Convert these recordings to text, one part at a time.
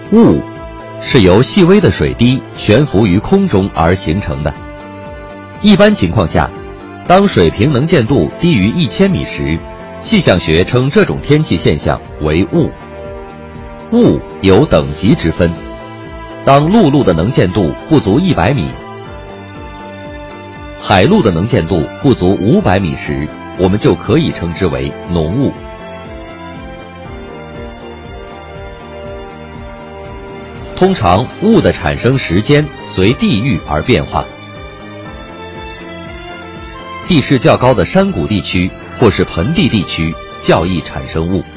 雾是由细微的水滴悬浮于空中而形成的。一般情况下，当水平能见度低于1000米时，气象学称这种天气现象为雾。雾有等级之分，当陆路的能见度不足100米，海陆的能见度不足500米时，我们就可以称之为浓雾。通常雾的产生时间随地域而变化，地势较高的山谷地区或是盆地地区较易产生雾。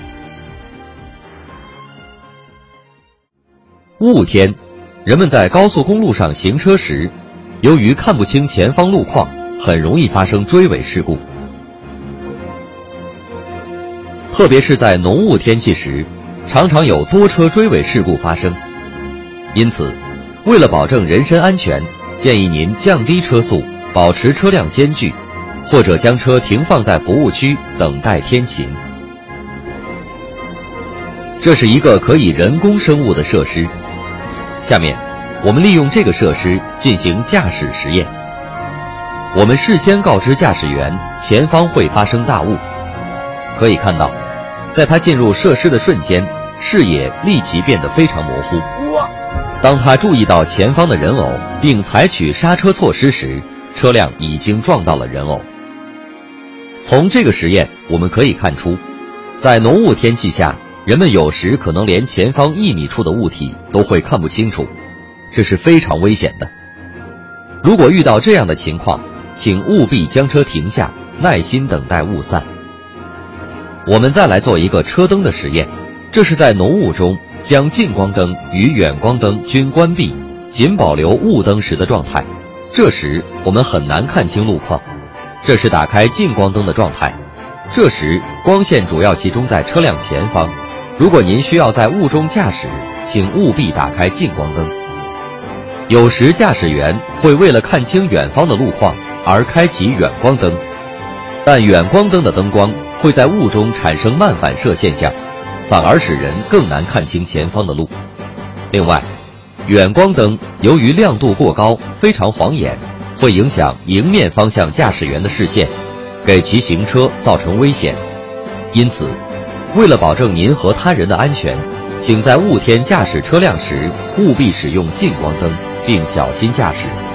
雾天，人们在高速公路上行车时，由于看不清前方路况，很容易发生追尾事故。特别是在浓雾天气时，常常有多车追尾事故发生。因此，为了保证人身安全，建议您降低车速，保持车辆间距，或者将车停放在服务区等待天晴。这是一个可以人工生物的设施。下面，我们利用这个设施进行驾驶实验。我们事先告知驾驶员前方会发生大雾。可以看到，在他进入设施的瞬间，视野立即变得非常模糊。当他注意到前方的人偶并采取刹车措施时，车辆已经撞到了人偶。从这个实验我们可以看出，在浓雾天气下，人们有时可能连前方1米处的物体都会看不清楚，这是非常危险的。如果遇到这样的情况，请务必将车停下，耐心等待雾散。我们再来做一个车灯的实验，这是在浓雾中将近光灯与远光灯均关闭，仅保留雾灯时的状态。这时我们很难看清路况。这是打开近光灯的状态，这时光线主要集中在车辆前方。如果您需要在雾中驾驶，请务必打开近光灯。有时驾驶员会为了看清远方的路况而开启远光灯，但远光灯的灯光会在雾中产生漫反射现象，反而使人更难看清前方的路。另外，远光灯由于亮度过高，非常晃眼，会影响迎面方向驾驶员的视线，给其行车造成危险。因此，为了保证您和他人的安全，请在雾天驾驶车辆时务必使用近光灯，并小心驾驶。